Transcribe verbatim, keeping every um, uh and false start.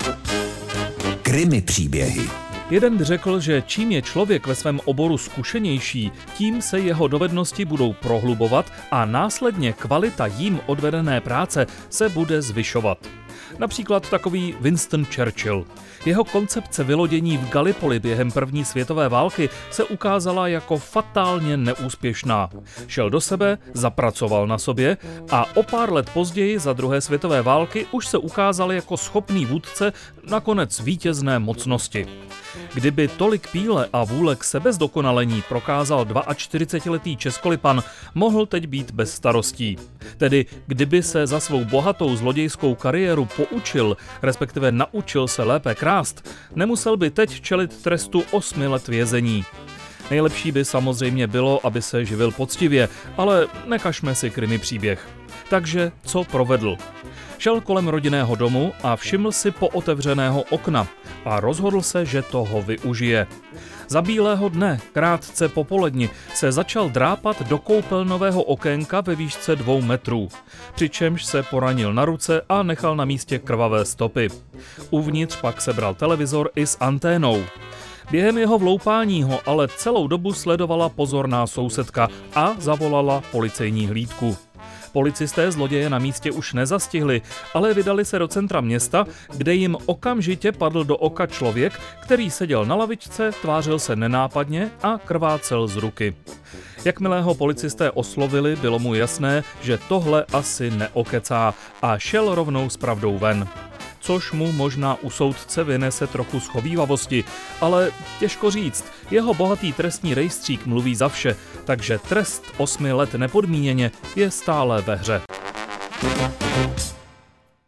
Krimi příběhy. Jeden by řekl, že čím je člověk ve svém oboru zkušenější, tím se jeho dovednosti budou prohlubovat a následně kvalita jím odvedené práce se bude zvyšovat. Například takový Winston Churchill. Jeho koncepce vylodění v Gallipoli během první světové války se ukázala jako fatálně neúspěšná. Šel do sebe, zapracoval na sobě a o pár let později za druhé světové války už se ukázal jako schopný vůdce nakonec vítězné mocnosti. Kdyby tolik píle a vůle k sebezdokonalení prokázal čtyřicetiletý Českolipan, mohl teď být bez starostí. Tedy kdyby se za svou bohatou zlodějskou kariéru poučil, respektive naučil se lépe krást, nemusel by teď čelit trestu osmi let vězení. Nejlepší by samozřejmě bylo, aby se živil poctivě, ale nekažme si krimi příběh. Takže co provedl? Šel kolem rodinného domu a všiml si pootevřeného okna a rozhodl se, že toho využije. Za bílého dne, krátce po poledni, se začal drápat do koupelnového okénka ve výšce dvou metrů, přičemž se poranil na ruce a nechal na místě krvavé stopy. Uvnitř pak sebral televizor i s anténou. Během jeho vloupání ho ale celou dobu sledovala pozorná sousedka a zavolala policejní hlídku. Policisté zloděje na místě už nezastihli, ale vydali se do centra města, kde jim okamžitě padl do oka člověk, který seděl na lavičce, tvářil se nenápadně a krvácel z ruky. Jakmile ho policisté oslovili, bylo mu jasné, že tohle asi neokecá a šel rovnou s pravdou ven. Což mu možná u soudce vynese trochu schovívavosti, ale těžko říct, jeho bohatý trestní rejstřík mluví za vše, takže trest osmi let nepodmíněně je stále ve hře.